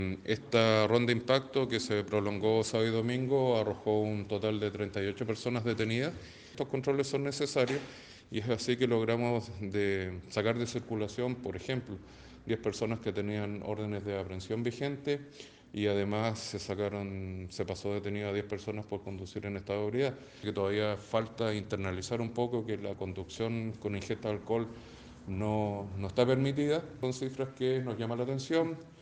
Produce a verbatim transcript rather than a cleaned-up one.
Esta ronda de impacto que se prolongó sábado y domingo arrojó un total de treinta y ocho personas detenidas. Estos controles son necesarios y es así que logramos de sacar de circulación, por ejemplo, diez personas que tenían órdenes de aprehensión vigentes y además se sacaron, se pasó detenido a diez personas por conducir en estado de ebriedad. Que todavía falta internalizar un poco que la conducción con ingesta de alcohol no, no está permitida. Son cifras que nos llaman la atención.